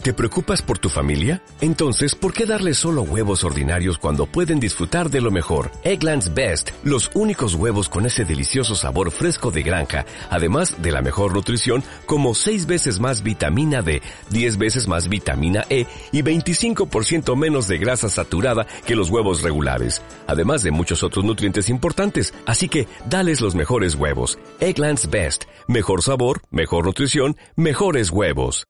¿Te preocupas por tu familia? Entonces, ¿por qué darles solo huevos ordinarios cuando pueden disfrutar de lo mejor? Eggland's Best, los únicos huevos con ese delicioso sabor fresco de granja, además de la mejor nutrición, como 6 veces más vitamina D, 10 veces más vitamina E y 25% menos de grasa saturada que los huevos regulares, además de muchos otros nutrientes importantes. Así que, dales los mejores huevos. Eggland's Best, mejor sabor, mejor nutrición, mejores huevos.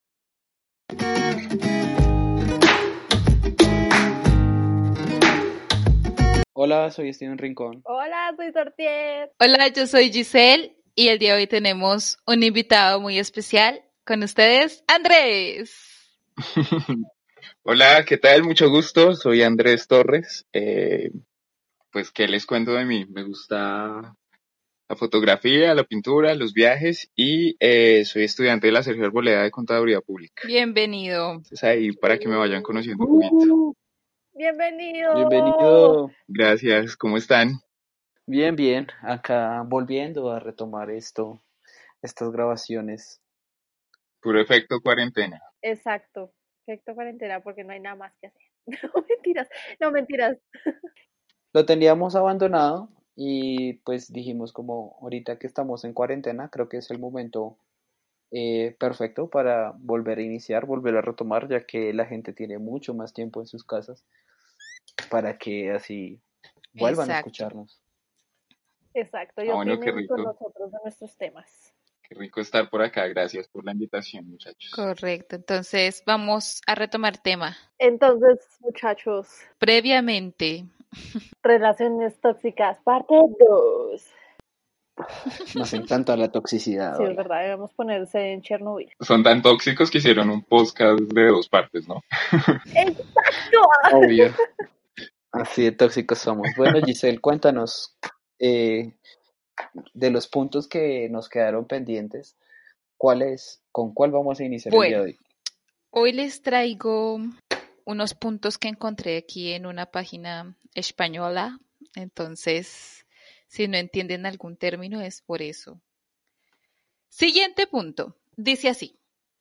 Hola, soy Steven Rincón. Hola, soy Sortier. Hola, yo soy Giselle y el día de hoy tenemos un invitado muy especial con ustedes, Andrés. Hola, ¿qué tal? Mucho gusto, soy Andrés Torres. Pues, ¿qué les cuento de mí? Me gusta la fotografía, la pintura, los viajes y soy estudiante de la Sergio Arboleda de Contaduría Pública. Bienvenido. Entonces ahí para que me vayan conociendo un poquito. Bienvenido. Bienvenido. Gracias, ¿cómo están? Bien, bien. Acá volviendo a retomar estas grabaciones. Puro efecto cuarentena. Exacto. Efecto cuarentena porque no hay nada más que hacer. No mentiras. Lo teníamos abandonado y pues dijimos como ahorita que estamos en cuarentena, creo que es el momento perfecto para volver a iniciar, volver a retomar, ya que la gente tiene mucho más tiempo en sus casas para que así vuelvan a escucharnos. Exacto. Ah, bueno, qué Opinen con rico. nosotros de nuestros temas. Qué rico estar por acá. Gracias por la invitación, muchachos. Correcto, entonces vamos a retomar tema. Entonces, muchachos, Previamente. relaciones tóxicas, parte 2. Nos encanta la toxicidad. Sí, es Hola. verdad, debemos ponerse en Chernobyl. Son tan tóxicos que hicieron un podcast de 2 partes, ¿no? ¡Exacto! Obvio. Así de tóxicos somos. Bueno, Giselle, cuéntanos de los puntos que nos quedaron pendientes, con cuál vamos a iniciar el día Bueno, de hoy? hoy les traigo unos puntos que encontré aquí en una página española. Entonces, si no entienden algún término es por eso. Siguiente punto. Dice así.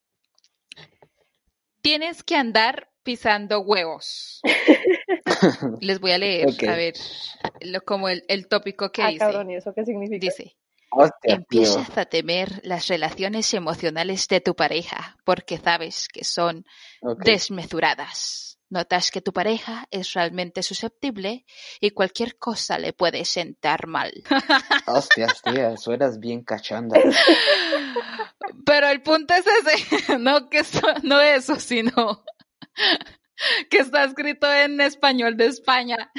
Tienes que andar pisando huevos. Les voy a leer, Ok. a ver, como el tópico que dice. Cabrón, ¿y eso qué significa? Dice, Hostia, empiezas tío. a temer las relaciones emocionales de tu pareja porque sabes que son Ok. desmesuradas. Notas que tu pareja es realmente susceptible y cualquier cosa le puede sentar mal. Hostias, tía, suenas bien cachonda. Pero el punto es ese, no eso, sino que está escrito en español de España.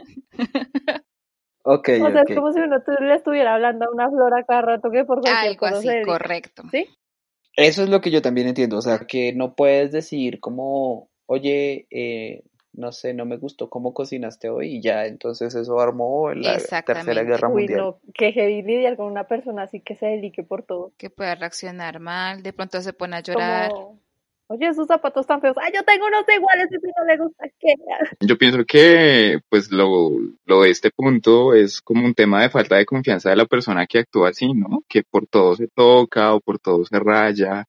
Ok, O sea, ok. es como si uno le estuviera hablando a una flor a cada rato que por cualquier Algo cosa así, se dedica. correcto. ¿Sí? Eso es lo que yo también entiendo, o sea, que no puedes decir como, oye, no sé, no me gustó cómo cocinaste hoy y ya, entonces eso armó la Tercera Exactamente. Guerra Uy, Mundial. no, que heavy lidiar con una persona así que se dedique por todo. Que pueda reaccionar mal, de pronto se pone a llorar. Como, oye, esos zapatos están feos. Ay, yo tengo unos iguales y si no le gusta, ¿qué? Yo pienso que, pues, lo de este punto es como un tema de falta de confianza de la persona que actúa así, ¿no? Que por todo se toca o por todo se raya.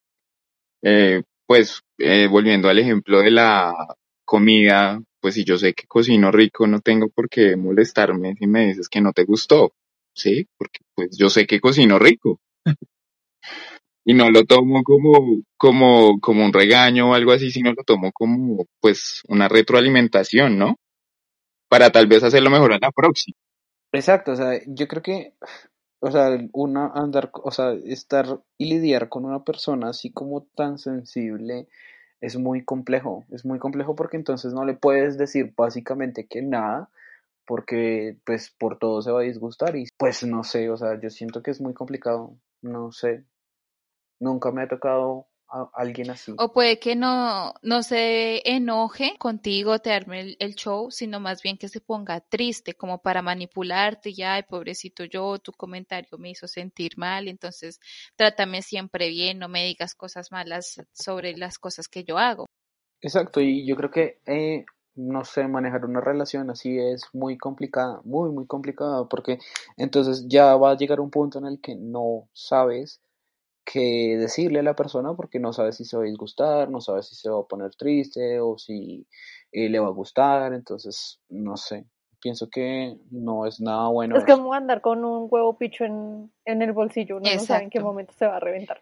Volviendo al ejemplo de la comida, pues si yo sé que cocino rico, no tengo por qué molestarme si me dices que no te gustó, ¿sí? Porque pues yo sé que cocino rico. Y no lo tomo como un regaño o algo así, sino lo tomo como, pues, una retroalimentación, ¿no? Para tal vez hacerlo mejor a la próxima. Exacto, o sea, yo creo que, o sea, o sea, estar y lidiar con una persona así como tan sensible es muy complejo porque entonces no le puedes decir básicamente que nada, porque pues por todo se va a disgustar y pues no sé, o sea, yo siento que es muy complicado, no sé, nunca me ha tocado a alguien así. O puede que no se enoje contigo, te arme el show, sino más bien que se ponga triste, como para manipularte, ya, ay, pobrecito yo, tu comentario me hizo sentir mal, entonces trátame siempre bien, no me digas cosas malas sobre las cosas que yo hago. Exacto, y yo creo que, no sé, manejar una relación así es muy complicada, muy, muy complicada, porque entonces ya va a llegar un punto en el que no sabes que decirle a la persona porque no sabes si se va a disgustar, no sabes si se va a poner triste o si le va a gustar, entonces no sé, pienso que no es nada bueno Es eso. como andar con un huevo picho en el bolsillo, uno no sabe en qué Exacto. momento se va a reventar.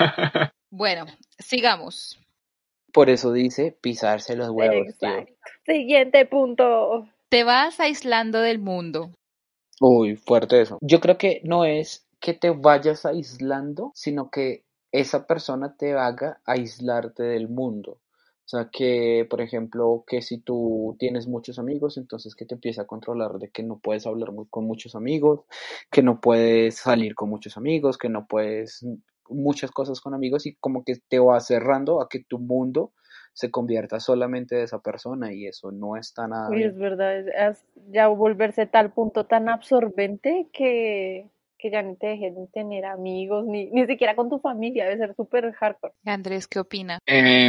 Bueno, sigamos. Por eso dice pisarse los huevos, tío. Exacto. Siguiente punto. Te vas aislando del mundo. Uy, fuerte eso. Yo creo que no es que te vayas aislando, sino que esa persona te haga aislarte del mundo. O sea, que, por ejemplo, que si tú tienes muchos amigos, entonces que te empieza a controlar de que no puedes hablar con muchos amigos, que no puedes salir con muchos amigos, que no puedes muchas cosas con amigos y como que te va cerrando a que tu mundo se convierta solamente de esa persona y eso no está nada Uy, es bien. verdad, es ya volverse tal punto tan absorbente que ya ni te dejen tener amigos, ni siquiera con tu familia, debe ser súper hardcore. Andrés, ¿qué opina?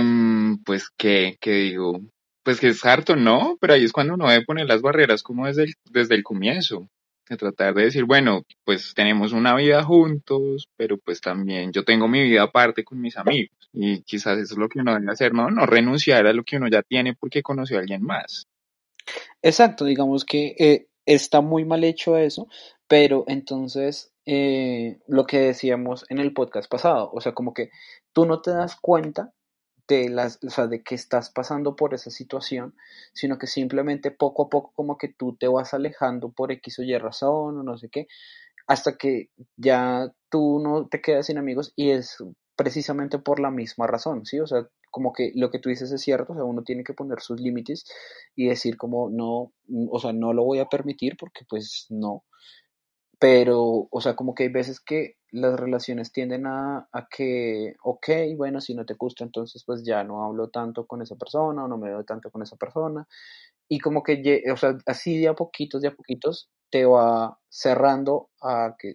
Pues, ¿qué digo? Pues que es harto, ¿no? Pero ahí es cuando uno debe poner las barreras como desde el comienzo. De tratar de decir, bueno, pues tenemos una vida juntos, pero pues también yo tengo mi vida aparte con mis amigos. Y quizás eso es lo que uno debe hacer, ¿no? No renunciar a lo que uno ya tiene porque conoció a alguien más. Exacto, digamos que está muy mal hecho eso, pero entonces lo que decíamos en el podcast pasado, o sea, como que tú no te das cuenta o sea, de que estás pasando por esa situación, sino que simplemente poco a poco como que tú te vas alejando por X o Y razón o no sé qué, hasta que ya tú no te quedas sin amigos y es precisamente por la misma razón, ¿sí? O sea, como que lo que tú dices es cierto, o sea, uno tiene que poner sus límites y decir como no, o sea, no lo voy a permitir porque pues no, pero, o sea, como que hay veces que las relaciones tienden a que, ok, bueno, si no te gusta, entonces pues ya no hablo tanto con esa persona o no me veo tanto con esa persona y como que, o sea, así de a poquitos, te va cerrando a que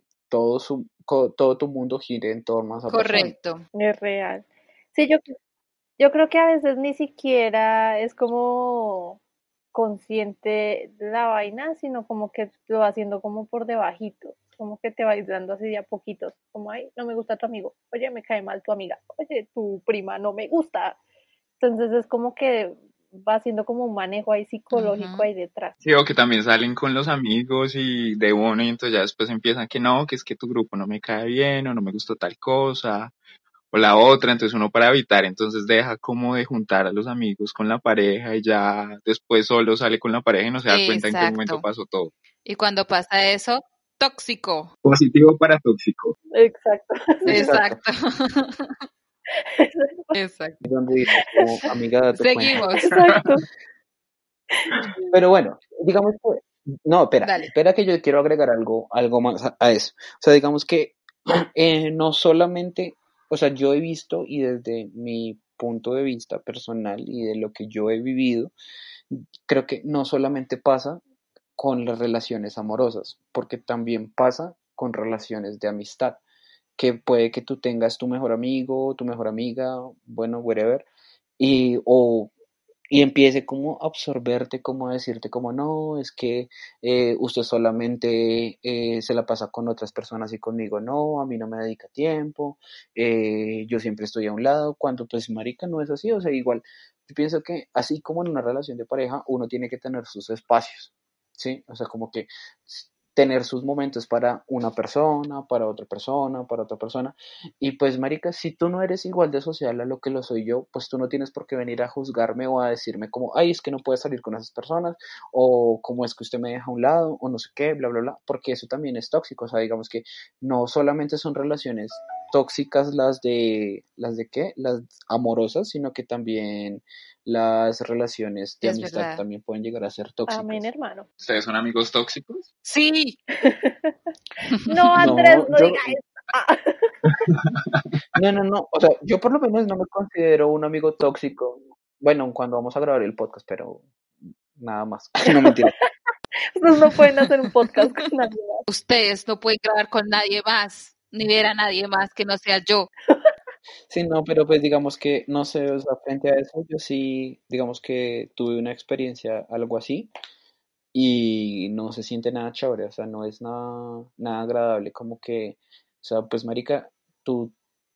todo tu mundo gire en torno a esa persona. Correcto. Es real. Sí, yo creo que a veces ni siquiera es como consciente de la vaina, sino como que lo va haciendo como por debajito, como que te va aislando así de a poquitos, como, ay, no me gusta tu amigo, oye, me cae mal tu amiga, oye, tu prima no me gusta. Entonces es como que va haciendo como un manejo ahí psicológico Ujú. ahí detrás. Sí, o que también salen con los amigos y de uno y entonces ya después empiezan que no, que es que tu grupo no me cae bien o no me gustó tal cosa o la otra, entonces uno para evitar entonces deja como de juntar a los amigos con la pareja y ya después solo sale con la pareja y no se da cuenta en qué momento Exacto. pasó todo. Y cuando pasa eso, tóxico. Positivo para tóxico. Exacto. Exacto. Exacto. Exacto. Donde dices como, amiga, date cuenta. Seguimos. Exacto. Pero bueno, digamos que, no, Dale. espera que yo quiero agregar algo más a eso. O sea, digamos que no solamente, o sea, yo he visto y desde mi punto de vista personal y de lo que yo he vivido, creo que no solamente pasa con las relaciones amorosas, porque también pasa con relaciones de amistad, que puede que tú tengas tu mejor amigo, tu mejor amiga, bueno, whatever, y, o y empiece como a absorberte, como a decirte como no, es que usted solamente se la pasa con otras personas y conmigo no, a mí no me dedica tiempo, yo siempre estoy a un lado, cuando pues marica no es así, o sea, igual, yo pienso que así como en una relación de pareja, uno tiene que tener sus espacios, ¿sí? O sea, como que tener sus momentos para una persona, para otra persona, y pues, marica, si tú no eres igual de social a lo que lo soy yo, pues tú no tienes por qué venir a juzgarme o a decirme como, ay, es que no puedes salir con esas personas, o cómo es que usted me deja a un lado, o no sé qué, bla, bla, bla, porque eso también es tóxico. O sea, digamos que no solamente son relaciones tóxicas las de qué, las amorosas, sino que también las relaciones de Es amistad verdad. también pueden llegar a ser Amén, tóxicas. hermano. ¿Ustedes son amigos tóxicos? Sí. No, Andrés, No, no diga eso. Ah. no, o sea, yo por lo menos no me considero un amigo tóxico. Bueno, cuando vamos a grabar el podcast, pero nada más. No, mentira. Ustedes no pueden hacer un podcast con nadie más. Ustedes no pueden grabar con nadie más, ni ver a nadie más que no sea yo. Sí, no, pero pues digamos que, no sé, o sea, frente a eso, yo sí, digamos que tuve una experiencia algo así y no se siente nada chévere, o sea, no es nada agradable, como que, o sea, pues marica, tú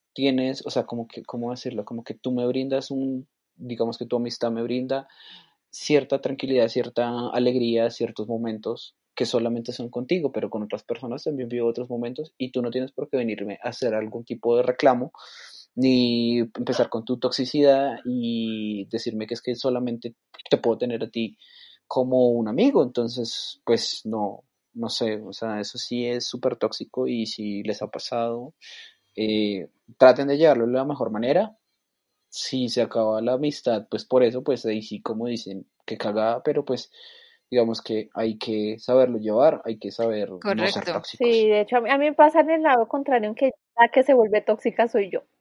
tienes, o sea, como que, ¿cómo decirlo? Como que tú me brindas digamos que tu amistad me brinda cierta tranquilidad, cierta alegría, ciertos momentos que solamente son contigo, pero con otras personas también vivo otros momentos y tú no tienes por qué venirme a hacer algún tipo de reclamo ni empezar con tu toxicidad y decirme que es que solamente te puedo tener a ti como un amigo, entonces pues no, no sé, o sea, eso sí es súper tóxico y si les ha pasado, eh, traten de llevarlo de la mejor manera. Si se acaba la amistad, pues por eso, pues ahí sí, como dicen, que cagada, pero pues digamos que hay que saberlo llevar, hay que saber no ser Correcto. Sí, tóxicos. de hecho, a mí me pasa en el lado contrario, en que la que se vuelve tóxica soy yo.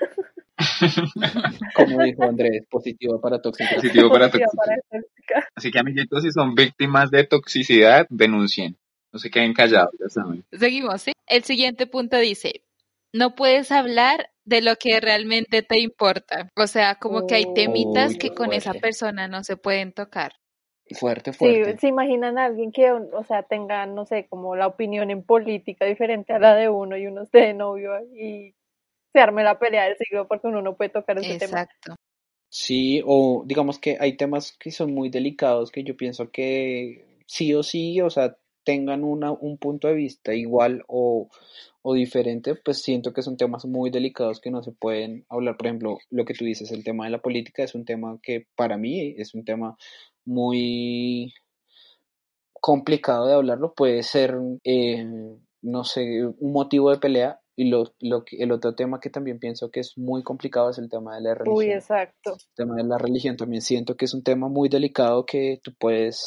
Como dijo Andrés, positiva para tóxica. Positivo para Positiva tóxico. para tóxica. Así que amiguitos, si son víctimas de toxicidad, denuncien. No se queden callados, ya saben. Seguimos, ¿sí? El siguiente punto dice, no puedes hablar de lo que realmente te importa. O sea, como que hay temitas Uy, qué que con esa fuerte. persona no se pueden tocar. Fuerte, Sí, fuerte. se imaginan a alguien que, o sea, tenga, no sé, como la opinión en política diferente a la de uno y uno esté de novio y se arme la pelea del siglo porque uno no puede tocar ese tema. Exacto. Sí, o digamos que hay temas que son muy delicados que yo pienso que sí o sí, o sea, tengan un punto de vista igual o diferente, pues siento que son temas muy delicados que no se pueden hablar. Por ejemplo, lo que tú dices, el tema de la política es un tema que para mí es un tema muy complicado de hablarlo, puede ser, no sé, un motivo de pelea. Y el otro tema que también pienso que es muy complicado es el tema de la Uy, religión. exacto. El tema de la religión también siento que es un tema muy delicado que tú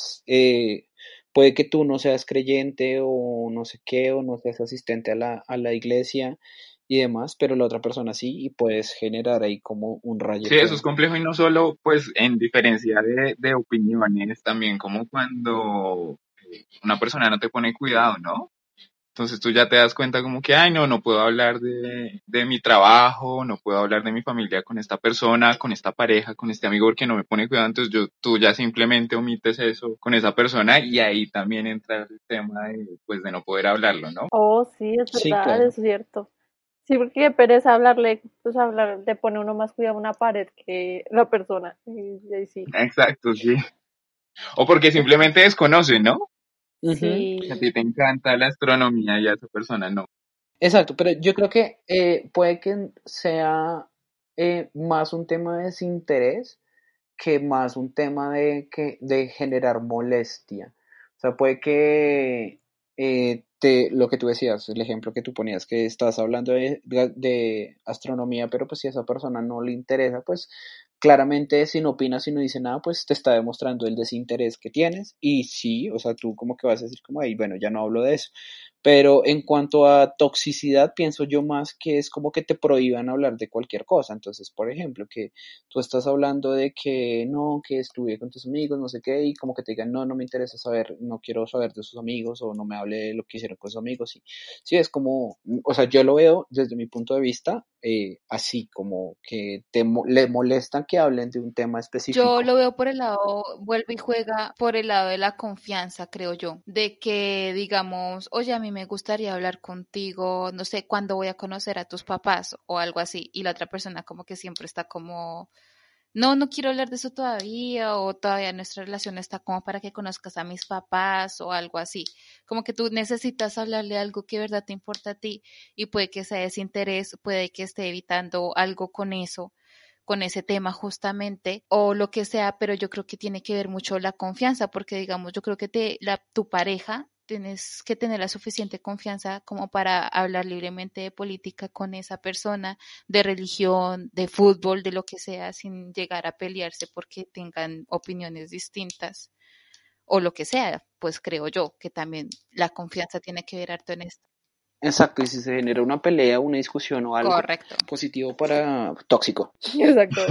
puede que tú no seas creyente o no sé qué, o no seas asistente a la iglesia y demás, pero la otra persona sí, y puedes generar ahí como un raye Sí, eso es que... complejo y no solo pues en diferencia de opiniones, también como cuando una persona no te pone cuidado, ¿no? Entonces tú ya te das cuenta como que, ay, no, no puedo hablar de mi trabajo, no puedo hablar de mi familia con esta persona, con esta pareja, con este amigo porque no me pone cuidado, entonces tú ya simplemente omites eso con esa persona y ahí también entra el tema de, pues, de no poder hablarlo, ¿no? Oh, sí, es Sí, verdad, es claro. cierto. Sí, porque qué pereza hablarle, pues hablar, le pone uno más cuidado a una pared que la persona. Y ahí sí. Exacto, sí. O porque simplemente desconoce, ¿no? Ujú. Que a Sí, ti te encanta la astronomía y a esa persona no. Exacto, pero yo creo que puede que sea más un tema de desinterés que más un tema de generar molestia. O sea, puede que lo que tú decías, el ejemplo que tú ponías, que estás hablando de astronomía, pero pues si a esa persona no le interesa, pues claramente si no opina, si no dice nada, pues te está demostrando el desinterés que tienes. Y sí, o sea, tú como que vas a decir como, ay, bueno, ya no hablo de eso. Pero en cuanto a toxicidad, pienso yo más que es como que te prohíban hablar de cualquier cosa. Entonces, por ejemplo, que tú estás hablando de que no, que estuve con tus amigos, no sé qué, y como que te digan, no, no me interesa saber, no quiero saber de sus amigos, o no me hable de lo que hicieron con sus amigos. Y sí, es como, o sea, yo lo veo desde mi punto de vista, así, como que le molestan que hablen de un tema Yo específico. lo veo por el lado, vuelve y juega por el lado de la confianza, creo yo, de que digamos, oye, a mí me gustaría hablar contigo, no sé, cuándo voy a conocer a tus papás o algo así, y la otra persona como que siempre está como, no, no quiero hablar de eso todavía, o todavía nuestra relación está como para que conozcas a mis papás o algo así, como que tú necesitas hablarle algo que de verdad te importa a ti y puede que sea desinterés, puede que esté evitando algo con ese tema justamente o lo que sea, pero yo creo que tiene que ver mucho la confianza, porque digamos, yo creo que tu pareja tienes que tener la suficiente confianza como para hablar libremente de política con esa persona, de religión, de fútbol, de lo que sea, sin llegar a pelearse porque tengan opiniones distintas o lo que sea, pues creo yo que también la confianza tiene que ver harto en esto. Exacto, y si se genera una pelea, una discusión o algo Correcto. positivo para tóxico. exacto.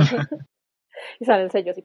Y sale el sello así.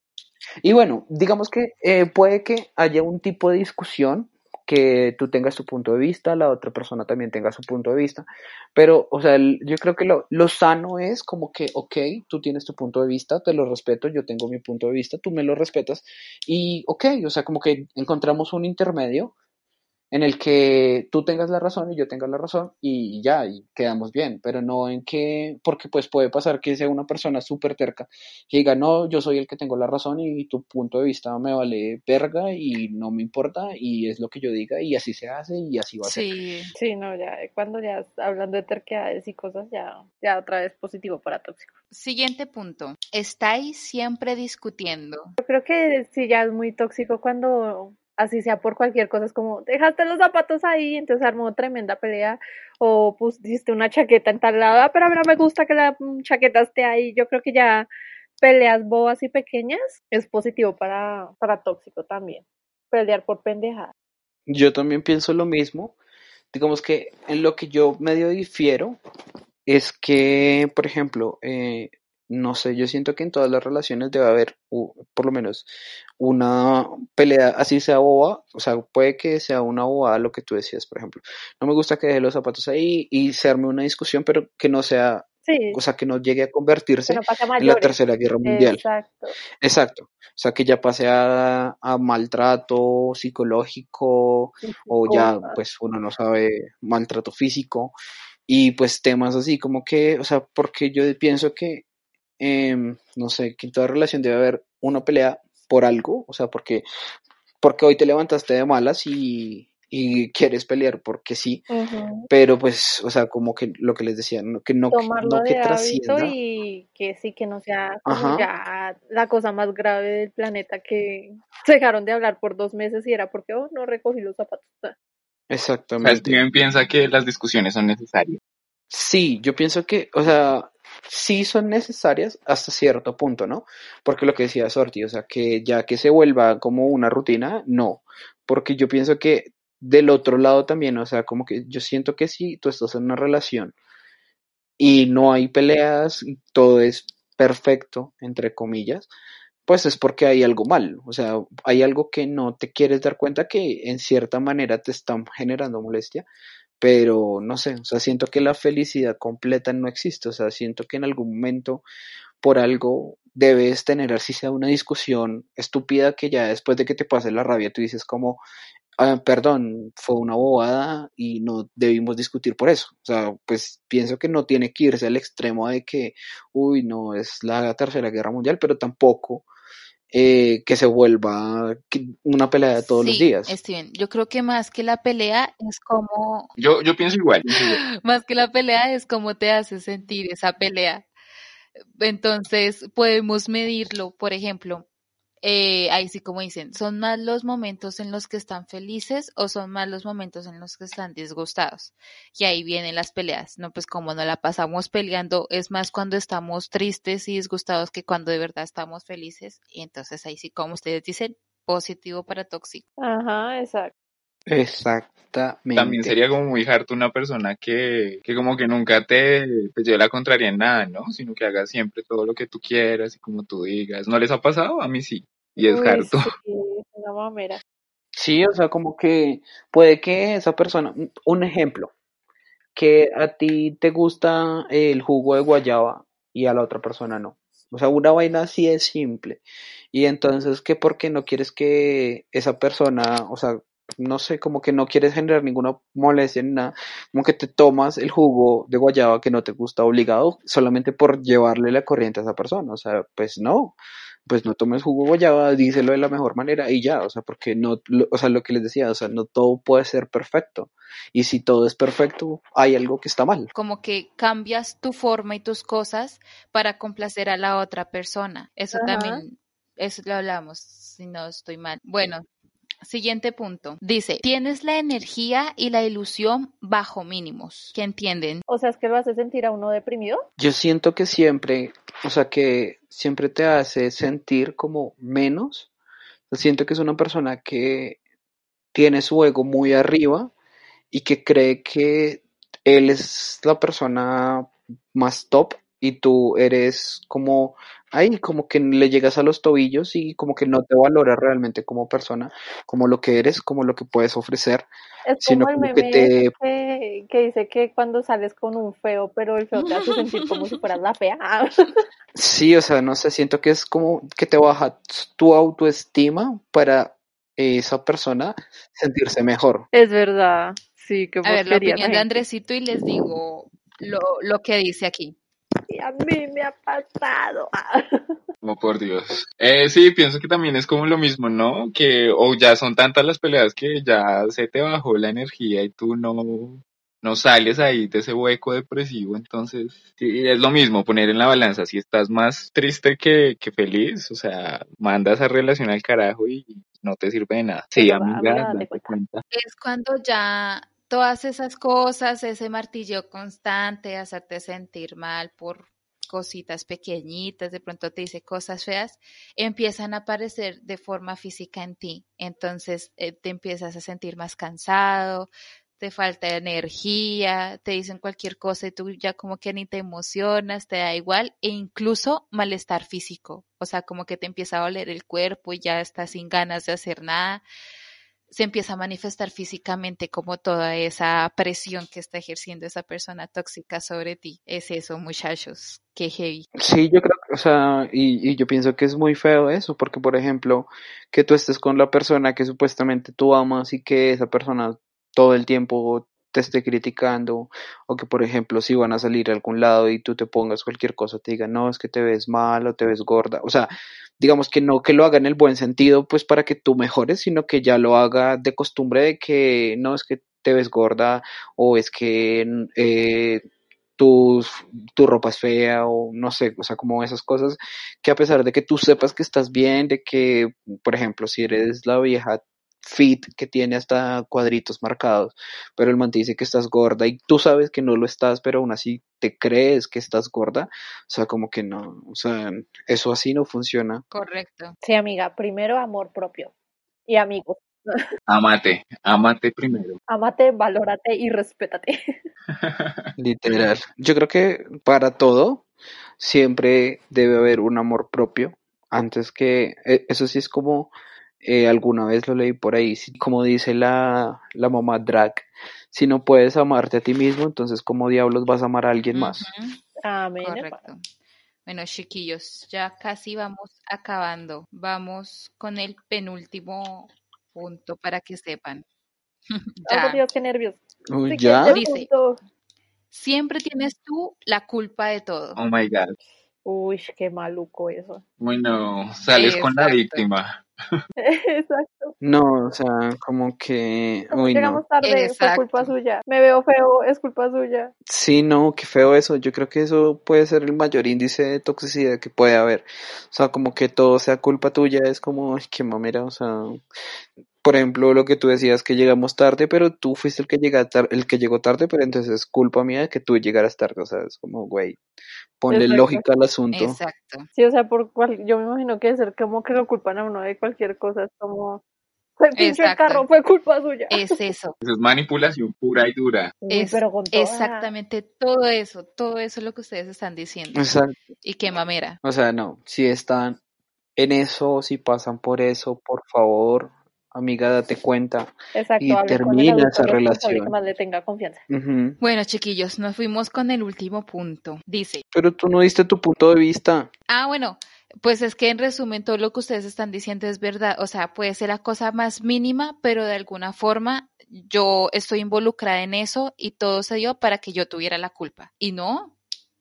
Y bueno, digamos que puede que haya un tipo de discusión que tú tengas tu punto de vista, la otra persona también tenga su punto de vista, pero, o sea, yo creo que lo sano es como que, ok, tú tienes tu punto de vista, te lo respeto, yo tengo mi punto de vista, tú me lo respetas, y ok, o sea, como que encontramos un intermedio en el que tú tengas la razón y yo tenga la razón y ya, y quedamos bien, pero no en que, porque pues puede pasar que sea una persona súper terca que diga, no, yo soy el que tengo la razón y tu punto de vista me vale verga y no me importa y es lo que yo diga y así se hace y así va a ser. Sí, Sí, no, ya cuando ya hablando de terquedades y cosas, ya otra vez positivo para tóxico. siguiente punto. Estáis siempre discutiendo. Yo creo que sí ya es muy tóxico cuando así sea por cualquier cosa, es como, dejaste los zapatos ahí, entonces armó tremenda pelea, o pusiste una chaqueta en tal lado, pero a mí no me gusta que la chaqueta esté ahí. Yo creo que ya peleas bobas y pequeñas es positivo para tóxico también. Pelear por pendejadas. Yo también pienso lo mismo. Digamos que en lo que yo medio difiero es que, por ejemplo, no sé, yo siento que en todas las relaciones debe haber por lo menos una pelea, así sea boba, o sea, puede que sea una bobada lo que tú decías, por ejemplo. No me gusta que deje los zapatos ahí y se arme una discusión, pero que no sea, Sí, o sea, que no llegue a que convertirse no pasa en la mayores. Tercera Guerra Mundial. Exacto. Exacto. O sea, que ya pase a maltrato psicológico o Físico. ya, pues uno no sabe, maltrato físico y pues temas así como que, o sea, porque yo pienso que, no sé, que en toda relación debe haber una pelea por algo, o sea, porque hoy te levantaste de malas y quieres pelear porque sí, Ujú. pero pues, o sea, como que lo que les decía, Tomarlo no que de hábito trascienda, y que sí, que no sea como ajá, ya la cosa más grave del planeta que se dejaron de hablar por 2 meses y era porque, oh, no recogí los zapatos. O sea, exactamente. Steven piensa que las discusiones son necesarias. Sí, yo pienso que, o sea, sí son necesarias hasta cierto punto, ¿no? Porque lo que decía Sorti, o sea, que ya que se vuelva como una rutina, no. Porque yo pienso que del otro lado también, o sea, como que yo siento que si tú estás en una relación y no hay peleas, y todo es perfecto, entre comillas, pues es porque hay algo mal, o sea, hay algo que no te quieres dar cuenta que en cierta manera te están generando molestia, pero no sé, o sea, siento que la felicidad completa no existe, o sea, siento que en algún momento por algo debes tener así sea una discusión estúpida que ya después de que te pase la rabia tú dices como, ah, perdón, fue una bobada y no debimos discutir por eso. O sea, pues pienso que no tiene que irse al extremo de que, uy, no, es la Tercera Guerra Mundial, pero tampoco que se vuelva una pelea de todos los Sí, días. Steven, yo creo que más que la pelea es como, Yo pienso igual. más que la pelea es como te hace sentir esa pelea. Entonces, podemos medirlo, por ejemplo, ahí sí como dicen, ¿son más los momentos en los que están felices o son más los momentos en los que están disgustados? Y ahí vienen las peleas, ¿no? Pues como no la pasamos peleando, es más cuando estamos tristes y disgustados que cuando de verdad estamos felices. Y entonces ahí sí, como ustedes dicen, positivo para tóxico. Ajá, exacto. También Exactamente. sería como muy harto una persona que como que nunca te lleve la contraria en nada, ¿no? Sino que haga siempre todo lo que tú quieras y como tú digas. ¿No les ha pasado? A mí sí. Y es Uy, harto. sí, es una mamera. Sí, o sea, como que puede que esa persona, un ejemplo, que a ti te gusta el jugo de guayaba y a la otra persona no. O sea, una vaina así es simple. Y entonces, ¿qué por qué no quieres que esa persona, o sea, no sé, como que no quieres generar ninguna molestia ni nada, como que te tomas el jugo de guayaba que no te gusta obligado solamente por llevarle la corriente a esa persona? O sea, pues no tomes jugo de guayaba, díselo de la mejor manera y ya, o sea, porque no, o sea, lo que les decía, o sea, no todo puede ser perfecto. Y si todo es perfecto, hay algo que está mal. Como que cambias tu forma y tus cosas para complacer a la otra persona. Eso Ajá. también, eso lo hablamos, si no estoy mal. Bueno, siguiente punto. Dice, tienes la energía y la ilusión bajo mínimos. ¿Qué entienden? O sea, es que lo hace sentir a uno deprimido. Yo siento que siempre, o sea, que siempre te hace sentir como menos. O sea, siento que es una persona que tiene su ego muy arriba y que cree que él es la persona más top y tú eres como ahí, como que le llegas a los tobillos y como que no te valora realmente como persona, como lo que eres, como lo que puedes ofrecer, Es sino como el como que meme ese te... que dice que cuando sales con un feo, pero el feo te hace sentir como si fueras la fea. Sí, o sea, no sé, siento que es como que te baja tu autoestima para esa persona sentirse mejor. Es verdad. Sí, qué A ver, la porquería la opinión de gente. Andresito y les digo lo que dice aquí. Y a mí me ha pasado. Oh, por Dios. Sí, pienso que también es como lo mismo, ¿no? Que o ya son tantas las peleas que ya se te bajó la energía y tú no sales ahí de ese hueco depresivo. Entonces, sí, es lo mismo, poner en la balanza. Si estás más triste que feliz, o sea, manda esa relación al carajo y no te sirve de nada. Es Sí, verdad, amiga, amiga, date date cuenta. cuenta. Es cuando ya todas esas cosas, ese martillo constante, hacerte sentir mal por cositas pequeñitas, de pronto te dice cosas feas, empiezan a aparecer de forma física en ti. Entonces te empiezas a sentir más cansado, te falta energía, te dicen cualquier cosa y tú ya como que ni te emocionas, te da igual, e incluso malestar físico. O sea, como que te empieza a doler el cuerpo y ya estás sin ganas de hacer nada, se empieza a manifestar físicamente como toda esa presión que está ejerciendo esa persona tóxica sobre ti. Es eso, muchachos, qué heavy. Sí, yo creo que, o sea, y yo pienso que es muy feo eso, porque por ejemplo, que tú estés con la persona que supuestamente tú amas y que esa persona todo el tiempo te esté criticando, o que por ejemplo, si van a salir a algún lado y tú te pongas cualquier cosa, te digan, no, es que te ves mal o te ves gorda, o sea, digamos que no que lo haga en el buen sentido, pues para que tú mejores, sino que ya lo haga de costumbre de que no, es que te ves gorda, o es que tus tu ropa es fea o no sé, o sea, como esas cosas que a pesar de que tú sepas que estás bien, de que, por ejemplo, si eres la vieja fit que tiene hasta cuadritos marcados, pero el man te dice que estás gorda y tú sabes que no lo estás, pero aún así te crees que estás gorda, o sea, como que no, o sea, eso así no funciona. Correcto. Sí, amiga, primero amor propio. Y amigos, Amate primero. ámate, valórate y respétate. Literal. Yo creo que para todo siempre debe haber un amor propio. Antes que, eso sí es como, alguna vez lo leí por ahí, como dice la mamá drag, si no puedes amarte a ti mismo, entonces ¿cómo diablos vas a amar a alguien más? Ujú, Amén, hermano. correcto. Bueno, chiquillos, ya casi vamos acabando. Vamos con el penúltimo punto para que sepan. Oh, por Ya, Dios, qué nervios. Uy, Siguiente ¿ya? dice, punto. siempre tienes tú la culpa de todo. Oh my God. Uy, qué maluco eso. Bueno, sales con la Exacto, víctima. Exacto. No, o sea, como que, Como uy, no. llegamos tarde, fue culpa exacto. suya. Me veo feo, es culpa suya. Sí, no, qué feo eso. Yo creo que eso puede ser el mayor índice de toxicidad que puede haber. O sea, como que todo sea culpa tuya, es como, ay, qué mamera, o sea, por ejemplo, lo que tú decías que llegamos tarde, pero tú fuiste el que llegó tarde, pero entonces es culpa mía que tú llegaras tarde, o sea, es como, güey, ponle Exacto. lógica al asunto. Exacto. Sí, o sea, yo me imagino que debe ser como que lo culpan a uno de cualquier cosa. Es como, fue pincho el Exacto. carro, fue culpa suya. Es eso. Eso es manipulación pura y dura. Uy, Es pero con toda. exactamente todo eso es lo que ustedes están diciendo. Exacto. Y qué mamera. O sea, no, si están en eso, si pasan por eso, por favor, amiga, date cuenta Exacto, y hable con el termina adulto esa responsable que relación. más le tenga confianza. Ujú. Bueno, chiquillos, nos fuimos con el último punto. Dice, Pero tú no diste tu punto de vista. bueno, pues es que en resumen todo lo que ustedes están diciendo es verdad. O sea, puede ser la cosa más mínima, pero de alguna forma yo estoy involucrada en eso y todo se dio para que yo tuviera la culpa. Y no.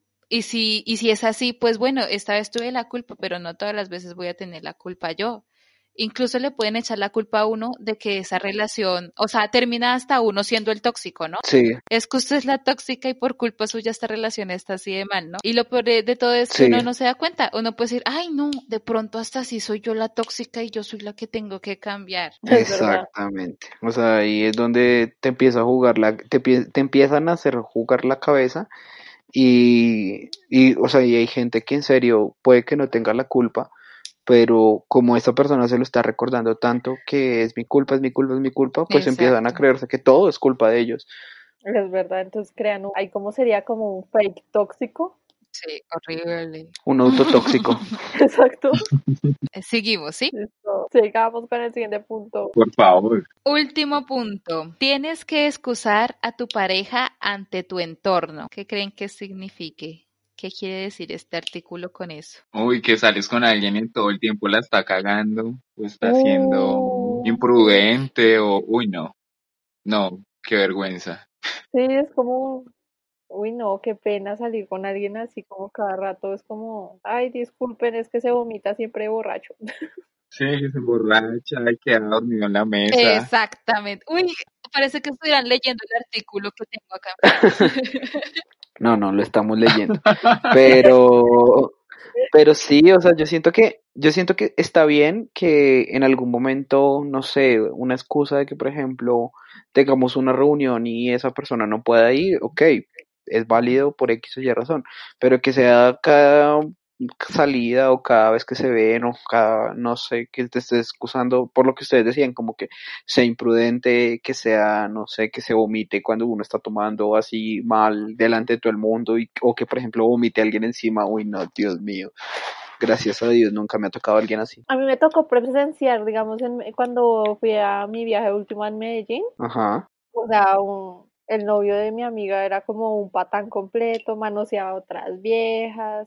Y si es así, pues bueno, esta vez tuve la culpa, pero no todas las veces voy a tener la culpa yo. Incluso le pueden echar la culpa a uno de que esa relación, o sea, termina hasta uno siendo el tóxico, ¿no? Sí, Es que usted es la tóxica y por culpa suya esta relación está así de mal, ¿no? Y lo peor de todo es que sí, uno no se da cuenta. Uno puede decir, ay, no, de pronto hasta así soy yo la tóxica y yo soy la que tengo que cambiar. Es verdad. exactamente. O sea, ahí es donde te empieza a jugar te empiezan a hacer jugar la cabeza o sea, y hay gente que en serio puede que no tenga la culpa, pero como esta persona se lo está recordando tanto que es mi culpa, es mi culpa, es mi culpa, pues empiezan a Exacto. creerse que todo es culpa de ellos. Es verdad. Entonces crean ahí como sería como un fake tóxico. Sí, horrible. Un autotóxico. Exacto. Seguimos, ¿sí? Listo. Sigamos con el siguiente punto. Por favor. Último punto. Tienes que excusar a tu pareja ante tu entorno. ¿Qué creen que signifique? ¿Qué quiere decir este artículo con eso? Uy, que sales con alguien y todo el tiempo la está cagando o está haciendo imprudente o, uy, no, qué vergüenza. Sí, es como, uy, no, qué pena salir con alguien así como cada rato. Es como, ay, disculpen, es que se vomita siempre borracho. Sí, se emborracha y queda dormido en la mesa. Exactamente. Uy, parece que estuvieran leyendo el artículo que tengo acá enfrente. No, no, lo estamos leyendo. Pero, pero sí, o sea, yo siento que está bien que en algún momento, no sé, una excusa de que, por ejemplo, tengamos una reunión y esa persona no pueda ir, ok, es válido por X o Y razón, pero que sea cada salida o cada vez que se ven o cada, no sé, que te estés excusando por lo que ustedes decían, como que sea imprudente, que sea, no sé, que se vomite cuando uno está tomando así mal delante de todo el mundo o que, por ejemplo, vomite a alguien encima, uy, no, Dios mío. Gracias a Dios, nunca me ha tocado alguien así. A mí me tocó presenciar, digamos, cuando fui a mi viaje último en Medellín. Ajá. O sea, el novio de mi amiga era como un patán completo, manoseaba a otras viejas,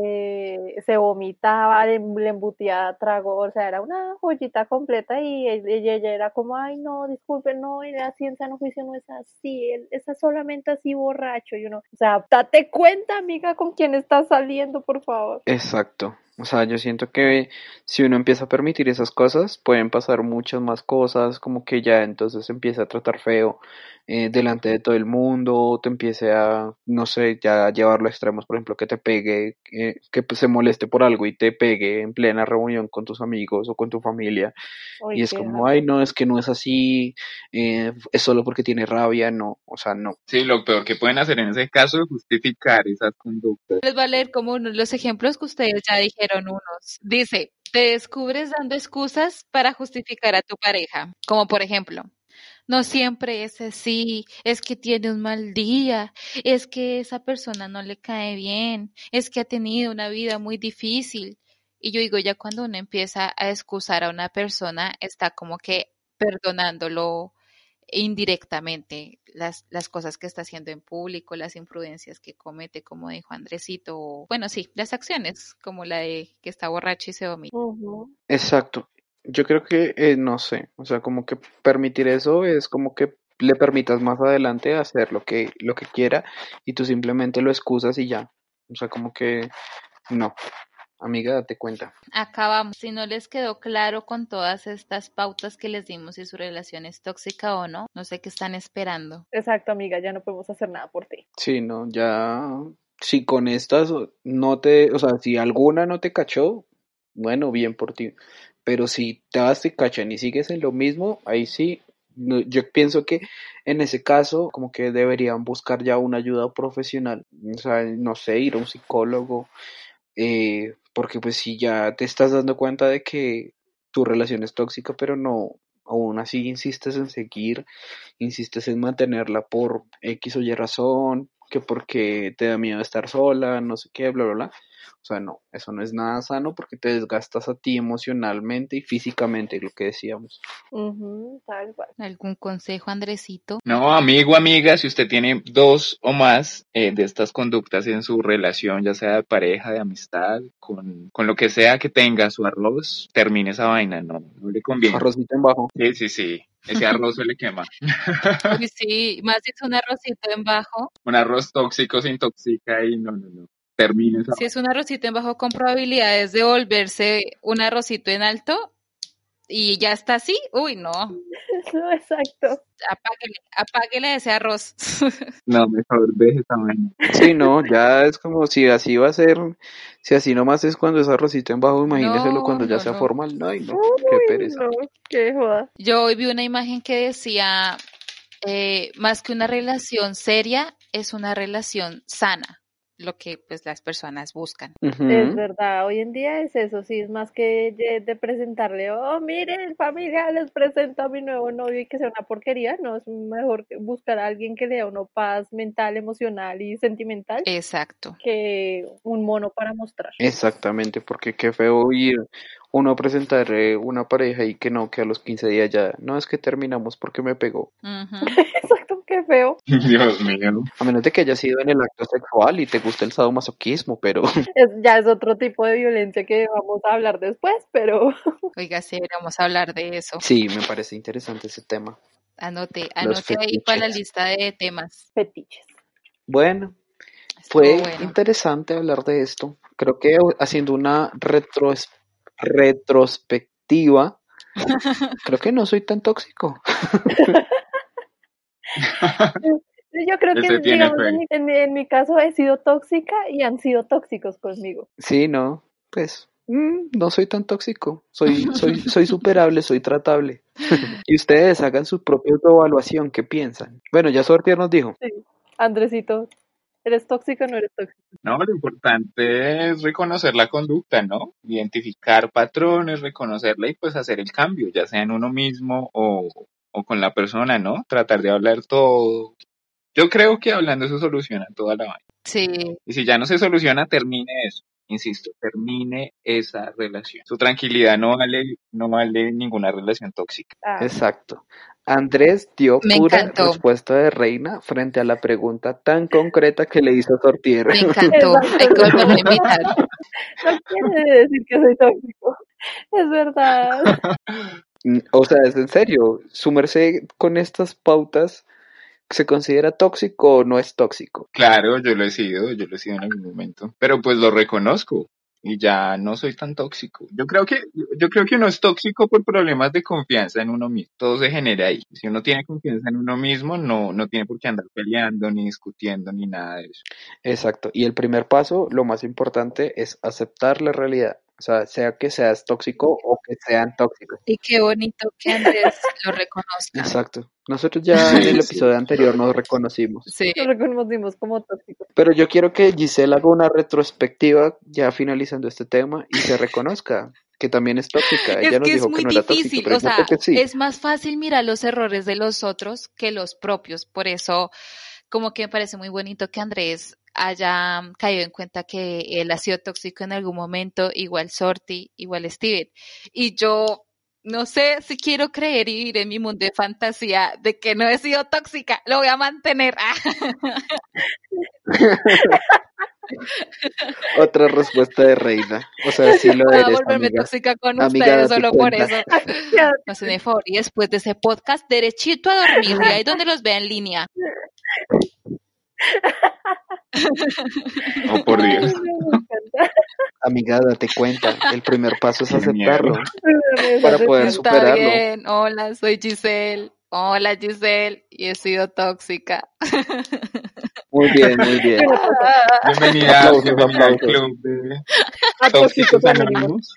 se vomitaba, le embutía trago, o sea, era una joyita completa y ella era como, ay, no, disculpe, no, la ciencia no juicio no es así, él es solamente así borracho, y uno, o sea, date cuenta, amiga, con quién estás saliendo, por favor. Exacto. O sea, yo siento que si uno empieza a permitir esas cosas, pueden pasar muchas más cosas, como que ya entonces se empieza a tratar feo delante de todo el mundo, te empiece a, no sé, ya a llevarlo a extremos, por ejemplo, que te pegue, que pues, se moleste por algo y te pegue en plena reunión con tus amigos o con tu familia, Uy, y es qué como, ay, harto. no, es que no es así, es solo porque tiene rabia, no, o sea, no. Sí, lo peor que pueden hacer en ese caso es justificar esas conductas. Les va a leer como los ejemplos que ustedes ya dijeron unos. Dice, te descubres dando excusas para justificar a tu pareja, como por ejemplo, no siempre es así, es que tiene un mal día, es que esa persona no le cae bien, es que ha tenido una vida muy difícil. Y yo digo, ya cuando uno empieza a excusar a una persona, está como que perdonándolo indirectamente las cosas que está haciendo en público, las imprudencias que comete, como dijo Andresito, bueno, sí, las acciones, como la de que está borracho y se vomita. Ujú. Exacto. Yo creo que, no sé, o sea, como que permitir eso es como que le permitas más adelante hacer lo que quiera y tú simplemente lo excusas y ya. O sea, como que no, amiga, date cuenta. Acabamos. Si no les quedó claro con todas estas pautas que les dimos si su relación es tóxica o no, no sé qué están esperando. Exacto, amiga, ya no podemos hacer nada por ti. Sí, no, ya, si con estas no te, o sea, si alguna no te cachó, bueno, bien por ti. Pero si todas te cachan y sigues en lo mismo, ahí sí, yo pienso que en ese caso, como que deberían buscar ya una ayuda profesional. O sea, no sé, ir a un psicólogo, porque pues si ya te estás dando cuenta de que tu relación es tóxica, pero no, aún así insistes en seguir, insistes en mantenerla por X o Y razón, que porque te da miedo estar sola, no sé qué, bla, bla, bla. O sea, no, eso no es nada sano porque te desgastas a ti emocionalmente y físicamente, lo que decíamos. Ujú, tal cual. ¿Algún consejo, Andresito? No, amigo, amiga, si usted tiene dos o más de estas conductas en su relación, ya sea de pareja, de amistad, con lo que sea que tenga su arroz, termine esa vaina, no le conviene. Arrocito en bajo. Sí, sí, sí, ese arroz se le quema. Uy, sí, más si es un arrocito en bajo. Un arroz tóxico se intoxica y no. Termine esa Si es un arrocito en bajo con probabilidades de volverse un arrocito en alto y ya está así, uy, no. No, exacto. Apáguele ese arroz. No, mejor deje esa vaina. Sí, no, ya es como si así va a ser, si así nomás es cuando es arrocito en bajo, imagíneselo No, cuando ya no, sea no. formal. Ay, no, qué Uy, pereza. no, qué joda. Yo hoy vi una imagen que decía, más que una relación seria, es una relación sana, lo que pues las personas buscan. Es Ujú. verdad, hoy en día es eso, sí, es más que de presentarle, oh, miren, familia, les presento a mi nuevo novio y que sea una porquería, no, es mejor buscar a alguien que le dé a uno paz mental, emocional y sentimental Exacto. que un mono para mostrar. Exactamente, porque qué feo ir uno a presentar una pareja y que no, que a los 15 días ya, no es que terminamos porque me pegó. Ujú. Exacto, Qué feo. Dios mío. A menos de que haya sido en el acto sexual y te guste el sadomasoquismo, pero Ya es otro tipo de violencia que vamos a hablar después, pero Oiga, sí, vamos a hablar de eso. sí, me parece interesante ese tema. Anote Los ahí para la fetiches. lista de temas. fetiches. Bueno, Estuvo fue bueno. interesante hablar de esto. Creo que haciendo una retrospectiva, creo que no soy tan tóxico. Yo creo que, Ese tiene digamos, fe. en mi caso he sido tóxica y han sido tóxicos conmigo. Sí, no, pues no soy tan tóxico. Soy superable, soy tratable. Y ustedes hagan su propia autoevaluación, ¿qué piensan? Bueno, ya Sortier nos dijo. Sí. Andresito, ¿eres tóxico o no eres tóxico? No, lo importante es reconocer la conducta, ¿no? Identificar patrones, reconocerla y pues hacer el cambio, ya sea en uno mismo o con la persona, ¿no? Tratar de hablar todo. Yo creo que hablando se soluciona toda la vaina. Sí, Y si ya no se soluciona, termine eso. Insisto, termine esa relación. Su tranquilidad no vale ninguna relación tóxica. Ah, Exacto. Andrés dio me pura encantó. respuesta de reina frente a la pregunta tan concreta que le hizo Sortier. Me encantó. Exacto. Hay que volverlo a invitar. no quiere decir que soy tóxico. Es verdad. O sea, es en serio, su merced con estas pautas, ¿se considera tóxico o no es tóxico? Claro, yo lo he sido en algún momento. Pero pues lo reconozco. Y ya no soy tan tóxico. Yo creo que uno es tóxico por problemas de confianza en uno mismo. Todo se genera ahí. Si uno tiene confianza en uno mismo, no tiene por qué andar peleando, ni discutiendo, ni nada de eso. Exacto. Y el primer paso, lo más importante, es aceptar la realidad. O sea que seas tóxico o que sean tóxicos. Y qué bonito que Andrés lo reconozca. Exacto. Nosotros ya en el Sí. episodio anterior nos reconocimos. Sí, Nos reconocimos como tóxicos. Pero yo quiero que Giselle haga una retrospectiva ya finalizando este tema y se reconozca que también es tóxica. es Ella nos que es dijo muy que no era tóxica, difícil, pero o yo creo sea, que sí. es más fácil mirar los errores de los otros que los propios. Por eso, como que me parece muy bonito que Andrés haya caído en cuenta que él ha sido tóxico en algún momento, igual Sorty, igual Steven. Y yo no sé si quiero creer y vivir en mi mundo de fantasía de que no he sido tóxica, lo voy a mantener. Otra respuesta de reina. O sea, sí lo Voy a eres, volverme amiga. tóxica con Amiga, ustedes date solo por cuenta. eso. No se me favor. Y después de ese podcast, derechito a dormir, y ahí donde los vea en línea. Oh, por Ay, Dios. no, me encanta. Amiga, date cuenta. El primer paso es Qué miedo. aceptarlo Me para hace poder sentir- Está superarlo. bien. Hola, soy Giselle. Hola, Giselle. Y he sido tóxica. Muy bien, muy bien. Bueno, pues, Bienvenida Aplausos, al aplausos. club de a Tóxicos tóxicos anónimos. Anónimos.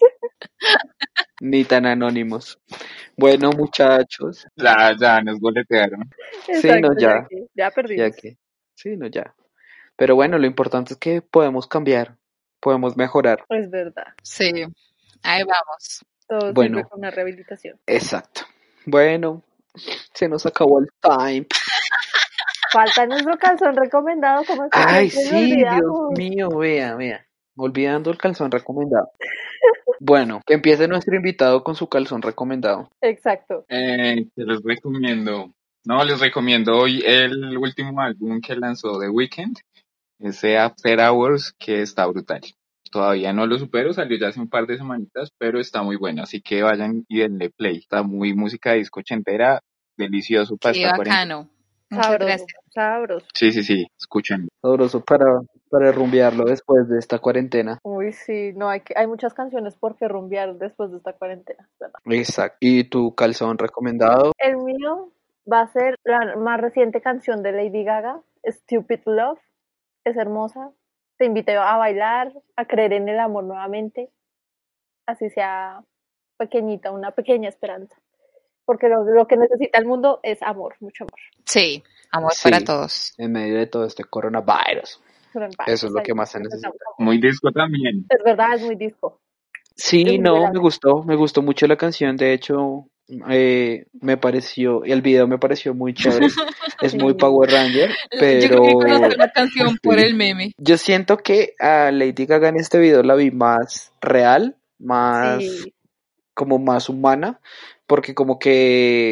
Ni tan anónimos. Bueno, muchachos. Ya nos boletearon. Sí, no, Exacto, ya. ya Ya perdimos. que. Sí, no, ya. Pero bueno, lo importante es que podemos cambiar. Podemos mejorar. Es verdad. Sí, ahí vamos. Todo sirve Bueno, con una rehabilitación. exacto. Bueno, se nos acabó el time. Falta nuestro calzón recomendado, como es que Ay, siempre lo sí, Dios olvidamos. mío, vea. Olvidando el calzón recomendado. Bueno, que empiece nuestro invitado con su calzón recomendado. Exacto. Te les recomiendo. No, les recomiendo hoy el último álbum que lanzó The Weeknd, ese After Hours, que está brutal. Todavía no lo supero, salió ya hace un par de semanitas, pero está muy bueno, así que vayan y denle play. Está muy música de disco ochentera, delicioso para Qué esta cuarentena. bacano. Muchas Sabroso, gracias. sabroso. Sí, escuchen. Sabroso para rumbearlo después de esta cuarentena. Uy, sí, no, hay muchas canciones por qué rumbear después de esta cuarentena, ¿verdad? Exacto. ¿Y tu calzón recomendado? El mío va a ser la más reciente canción de Lady Gaga, Stupid Love. Es hermosa. Te invito a bailar, a creer en el amor nuevamente. Así sea pequeñita, una pequeña esperanza. Porque lo que necesita el mundo es amor, mucho amor. Sí, amor Sí. para todos. En medio de todo este coronavirus. Pero en paz, Eso es lo ahí que más se necesitamos necesita. amor. Muy disco también. Es verdad, es muy disco. Sí, Es muy no, verano. me gustó mucho la canción, de hecho, me pareció, el video me pareció muy chévere, es muy Sí. Power Ranger, Yo creo que pero conozco la canción por el meme. yo siento que a Lady Gaga en este video la vi más real, más, Sí, como más humana, porque como que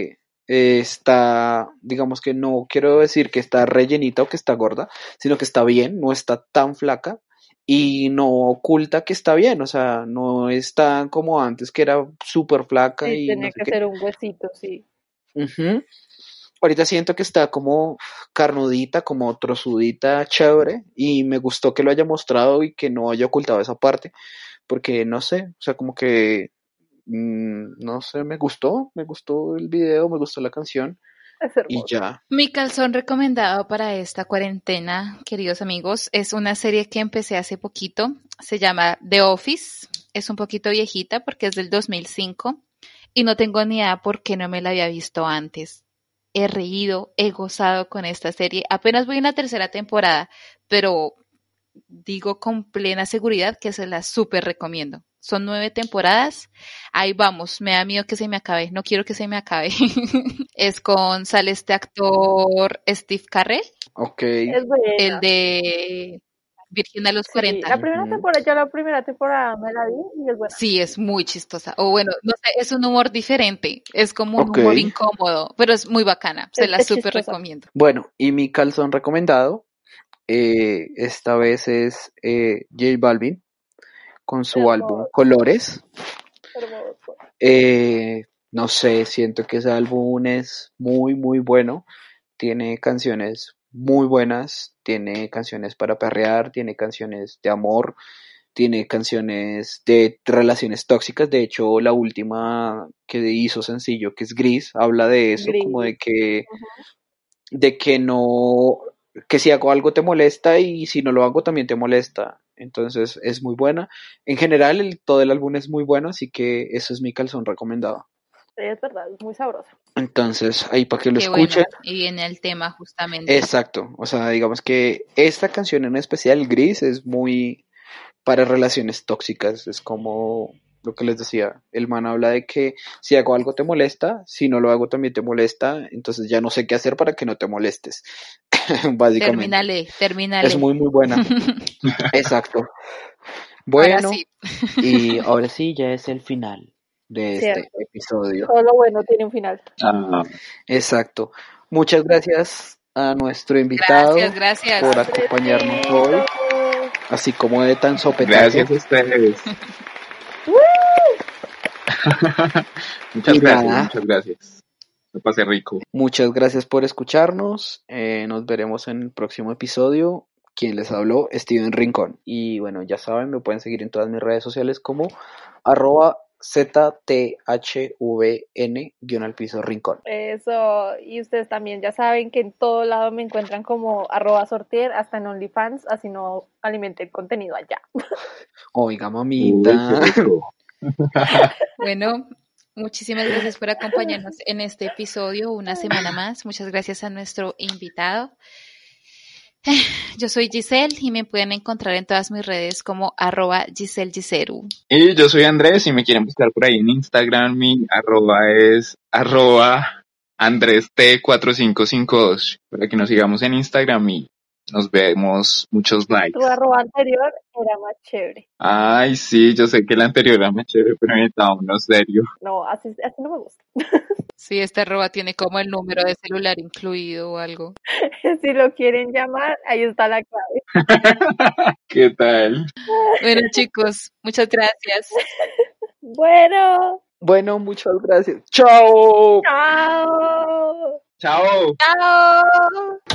está, digamos que no quiero decir que está rellenita o que está gorda, sino que está bien, no está tan flaca y no oculta que está bien, o sea, no está como antes que era súper flaca Sí, y no tenía sé que qué. ser un huesito, sí. Ujú. Ahorita siento que está como carnudita, como trozudita, chévere, y me gustó que lo haya mostrado y que no haya ocultado esa parte, porque no sé, o sea, como que, no sé, me gustó el video, me gustó la canción, Es y hermoso. ya. Mi calzón recomendado para esta cuarentena, queridos amigos, es una serie que empecé hace poquito. Se llama The Office. Es un poquito viejita porque es del 2005 y no tengo ni idea por qué no me la había visto antes. He reído, he gozado con esta serie. Apenas voy en la tercera temporada, pero digo con plena seguridad que se la súper recomiendo. Son 9 temporadas. Ahí vamos. Me da miedo que se me acabe. No quiero que se me acabe. Sale este actor Steve Carell, Ok. Es el buena. de Virgen a los Sí, 40. la primera Ujú. temporada, yo la primera temporada me la vi y es buena. Sí, es muy chistosa. O bueno, no sé, es un humor diferente. Es como un Ok. humor incómodo, pero es muy bacana. Se la Es súper chistosa. recomiendo. Bueno, y mi calzón recomendado, esta vez es J Balvin con su álbum Hermoso, Colores. hermoso. No sé, siento que ese álbum es muy, muy bueno. Tiene canciones muy buenas, tiene canciones para perrear, tiene canciones de amor, tiene canciones de relaciones tóxicas. De hecho, la última que hizo sencillo, que es Gris, habla de eso, como Gris. Ujú. de que no, que si hago algo te molesta y si no lo hago también te molesta. Entonces es muy buena. En general, todo el álbum es muy bueno, así que eso es mi calzón recomendado. Sí, es verdad, es muy sabroso. Entonces, ahí para que lo Qué bueno. escuchen. Y viene el tema justamente. Exacto. O sea, digamos que esta canción en especial, Gris, es muy para relaciones tóxicas. Es como lo que les decía. El man habla de que si hago algo te molesta, si no lo hago también te molesta, entonces ya no sé qué hacer para que no te molestes. Básicamente. Termínale, Es termínale. muy, muy buena. Exacto. Ahora Bueno, sí. y ahora sí, ya es el final de este Cierto. episodio. Todo lo bueno tiene un final. Ah, Exacto. Muchas gracias a nuestro invitado Gracias, gracias. por acompañarnos hoy, Andresito. así como de tan sopetazo. gracias a ustedes. ¡Woo! Y nada, Muchas gracias. Lo pasé rico. muchas gracias por escucharnos. Nos veremos en el próximo episodio. Quien les habló, Steven Rincón. Y bueno, ya saben, me pueden seguir en todas mis redes sociales como @ZTHVN_Rincón. Eso, y ustedes también ya saben que en todo lado me encuentran como @sortier, hasta en OnlyFans, así no alimenten contenido allá. Oiga, Uy, qué mamita. rico. Bueno, muchísimas gracias por acompañarnos en este episodio una semana más. Muchas gracias a nuestro invitado. Yo soy Giselle y me pueden encontrar en todas mis redes como @GiselleGiseru. Y yo soy Andrés, si me quieren buscar por ahí en Instagram, mi arroba es @AndresT4552, para que nos sigamos en Instagram y nos vemos. Muchos likes. Tu arroba anterior era más chévere. Ay, sí, yo sé que el anterior era más chévere, pero necesitaba uno serio. No, así no me gusta. Sí, este arroba tiene como el número de celular incluido o algo. Si lo quieren llamar, ahí está la clave. ¿Qué tal? Bueno, chicos, muchas gracias. Bueno, Bueno, muchas gracias. ¡Chao! chao. Chao. Chao.